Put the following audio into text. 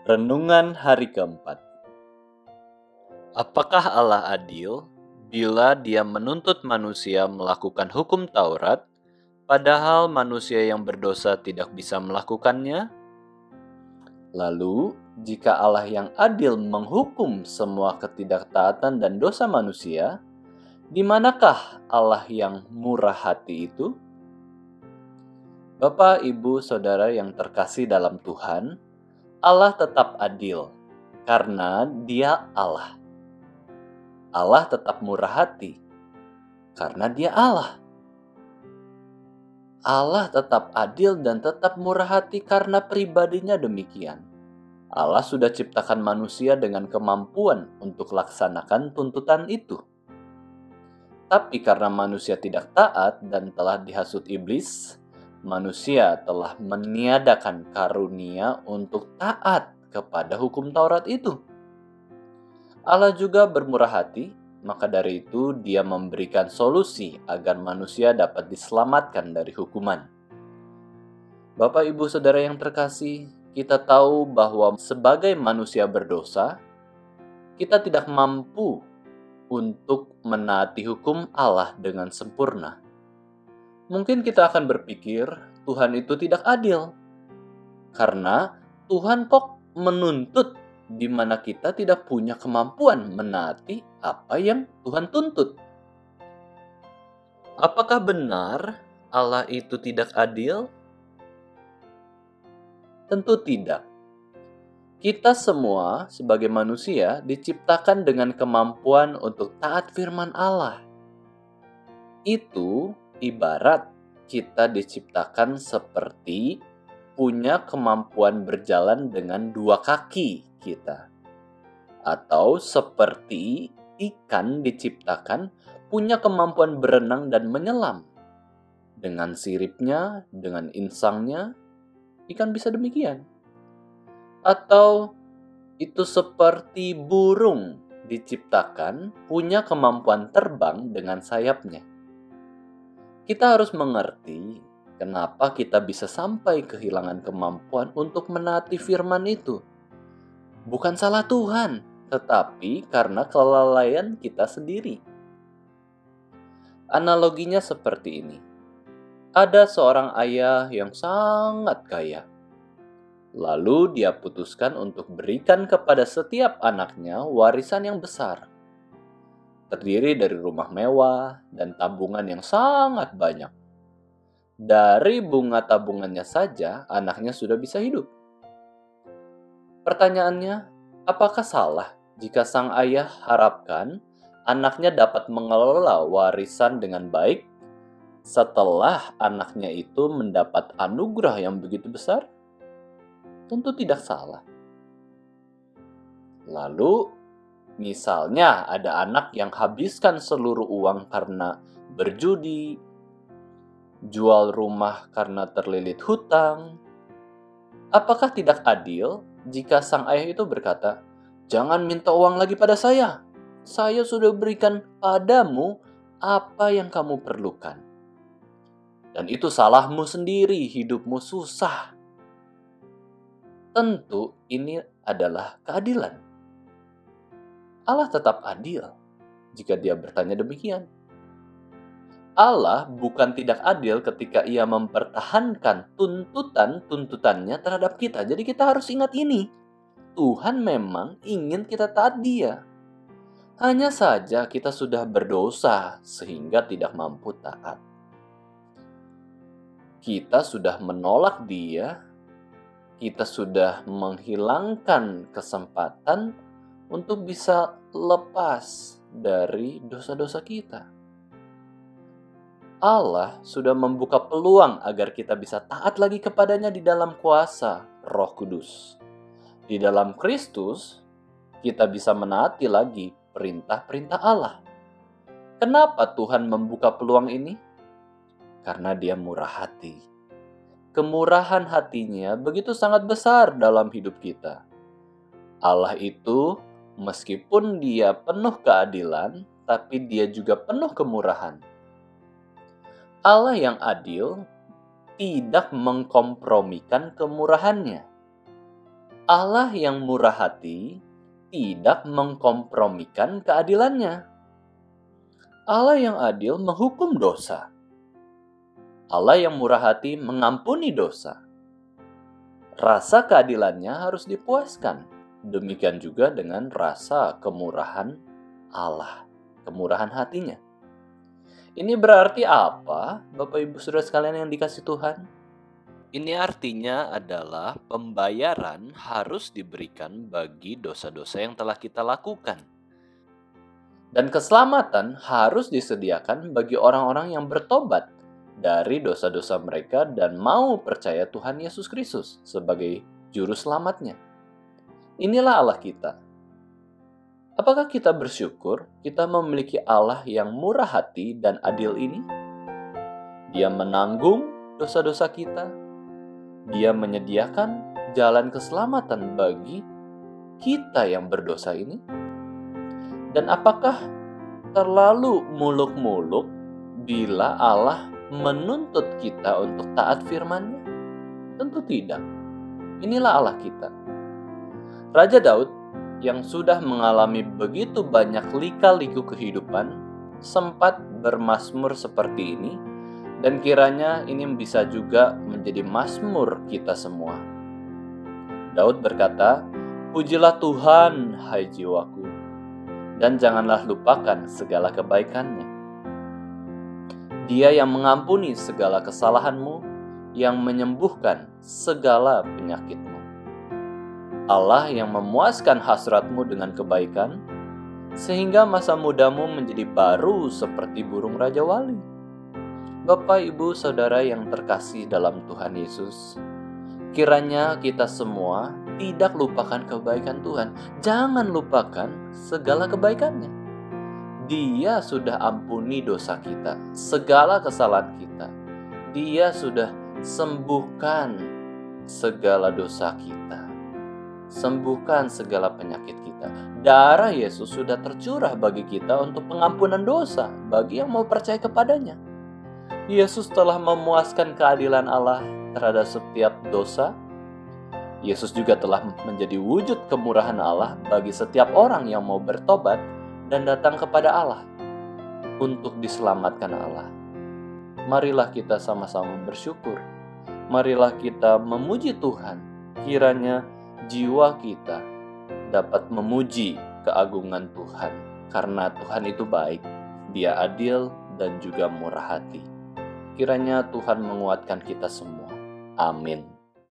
Renungan hari keempat. Apakah Allah adil bila Dia menuntut manusia melakukan hukum Taurat, padahal manusia yang berdosa tidak bisa melakukannya? Lalu, jika Allah yang adil menghukum semua ketidaktaatan dan dosa manusia, di manakah Allah yang murah hati itu? Bapak, Ibu, Saudara yang terkasih dalam Tuhan, Allah tetap adil karena Dia Allah. Allah tetap murah hati karena Dia Allah. Allah tetap adil dan tetap murah hati karena pribadinya demikian. Allah sudah ciptakan manusia dengan kemampuan untuk laksanakan tuntutan itu. Tapi karena manusia tidak taat dan telah dihasut iblis, manusia telah meniadakan karunia untuk taat kepada hukum Taurat itu. Allah juga bermurah hati, maka dari itu Dia memberikan solusi agar manusia dapat diselamatkan dari hukuman. Bapak, Ibu, Saudara yang terkasih, kita tahu bahwa sebagai manusia berdosa, kita tidak mampu untuk menaati hukum Allah dengan sempurna. Mungkin kita akan berpikir Tuhan itu tidak adil, karena Tuhan kok menuntut di mana kita tidak punya kemampuan menaati apa yang Tuhan tuntut. Apakah benar Allah itu tidak adil? Tentu tidak. Kita semua sebagai manusia diciptakan dengan kemampuan untuk taat firman Allah. Itu ibarat kita diciptakan seperti punya kemampuan berjalan dengan dua kaki kita. Atau seperti ikan diciptakan punya kemampuan berenang dan menyelam. Dengan siripnya, dengan insangnya, ikan bisa demikian. Atau itu seperti burung diciptakan punya kemampuan terbang dengan sayapnya. Kita harus mengerti kenapa kita bisa sampai kehilangan kemampuan untuk menaati firman itu. Bukan salah Tuhan, tetapi karena kelalaian kita sendiri. Analoginya seperti ini. Ada seorang ayah yang sangat kaya. Lalu dia putuskan untuk berikan kepada setiap anaknya warisan yang besar. Terdiri dari rumah mewah dan tabungan yang sangat banyak. Dari bunga tabungannya saja, anaknya sudah bisa hidup. Pertanyaannya, apakah salah jika sang ayah harapkan anaknya dapat mengelola warisan dengan baik setelah anaknya itu mendapat anugerah yang begitu besar? Tentu tidak salah. Lalu, misalnya ada anak yang habiskan seluruh uang karena berjudi, jual rumah karena terlilit hutang. Apakah tidak adil jika sang ayah itu berkata, "Jangan minta uang lagi pada saya. Saya sudah berikan padamu apa yang kamu perlukan. Dan itu salahmu sendiri, hidupmu susah." Tentu ini adalah keadilan. Allah tetap adil jika Dia bertanya demikian. Allah bukan tidak adil ketika Ia mempertahankan tuntutannya terhadap kita. Jadi kita harus ingat ini. Tuhan memang ingin kita taat Dia. Hanya saja kita sudah berdosa sehingga tidak mampu taat. Kita sudah menolak Dia. Kita sudah menghilangkan kesempatan untuk bisa lepas dari dosa-dosa kita. Allah sudah membuka peluang agar kita bisa taat lagi kepadanya di dalam kuasa Roh Kudus. Di dalam Kristus, kita bisa menaati lagi perintah-perintah Allah. Kenapa Tuhan membuka peluang ini? Karena Dia murah hati. Kemurahan hatinya begitu sangat besar dalam hidup kita. Allah itu, meskipun Dia penuh keadilan, tapi Dia juga penuh kemurahan. Allah yang adil tidak mengkompromikan kemurahannya. Allah yang murah hati tidak mengkompromikan keadilannya. Allah yang adil menghukum dosa. Allah yang murah hati mengampuni dosa. Rasa keadilannya harus dipuaskan. Demikian juga dengan rasa kemurahan Allah, kemurahan hatinya. Ini berarti apa, Bapak Ibu Saudara sekalian yang dikasihi Tuhan? Ini artinya adalah pembayaran harus diberikan bagi dosa-dosa yang telah kita lakukan. Dan keselamatan harus disediakan bagi orang-orang yang bertobat dari dosa-dosa mereka dan mau percaya Tuhan Yesus Kristus sebagai juru selamatnya. Inilah Allah kita. Apakah kita bersyukur kita memiliki Allah yang murah hati dan adil ini? Dia menanggung dosa-dosa kita. Dia menyediakan jalan keselamatan bagi kita yang berdosa ini. Dan apakah terlalu muluk-muluk bila Allah menuntut kita untuk taat firman-Nya? Tentu tidak. Inilah Allah kita. Raja Daud yang sudah mengalami begitu banyak lika-liku kehidupan sempat bermazmur seperti ini, dan kiranya ini bisa juga menjadi mazmur kita semua. Daud berkata, "Pujilah Tuhan, hai jiwaku, dan janganlah lupakan segala kebaikan-Nya. Dia yang mengampuni segala kesalahanmu, yang menyembuhkan segala penyakitmu. Allah yang memuaskan hasratmu dengan kebaikan, sehingga masa mudamu menjadi baru seperti burung Raja Wali." Bapak, Ibu, Saudara yang terkasih dalam Tuhan Yesus, kiranya kita semua tidak lupakan kebaikan Tuhan. Jangan lupakan segala kebaikan-Nya. Dia sudah ampuni dosa kita, segala kesalahan kita. Dia sudah sembuhkan segala dosa kita. Sembuhkan segala penyakit kita. Darah Yesus sudah tercurah bagi kita untuk pengampunan dosa bagi yang mau percaya kepadanya. Yesus telah memuaskan keadilan Allah terhadap setiap dosa. Yesus juga telah menjadi wujud kemurahan Allah bagi setiap orang yang mau bertobat dan datang kepada Allah untuk diselamatkan Allah. Marilah kita sama-sama bersyukur. Marilah kita memuji Tuhan. Kiranya jiwa kita dapat memuji keagungan Tuhan, karena Tuhan itu baik, Dia adil dan juga murah hati. Kiranya Tuhan menguatkan kita semua. Amin.